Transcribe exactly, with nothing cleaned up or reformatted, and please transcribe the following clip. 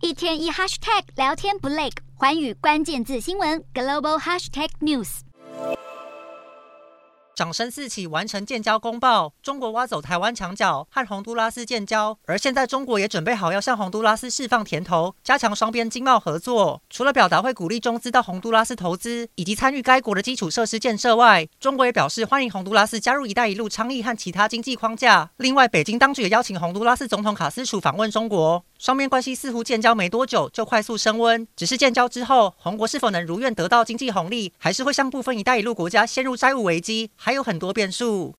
一天一 hashtag 聊天不累，寰宇关键字新闻 global hashtag news。 掌声四起，完成建交公报。中国挖走台湾墙角，和洪都拉斯建交，而现在中国也准备好要向洪都拉斯释放甜头，加强双边经贸合作。除了表达会鼓励中资到洪都拉斯投资，以及参与该国的基础设施建设外，中国也表示欢迎洪都拉斯加入“一带一路”倡议和其他经济框架。另外，北京当局也邀请洪都拉斯总统卡斯楚访问中国。双边关系似乎建交没多久就快速升温，只是建交之后，洪国是否能如愿得到经济红利，还是会向部分“一带一路”国家陷入债务危机，还有很多变数。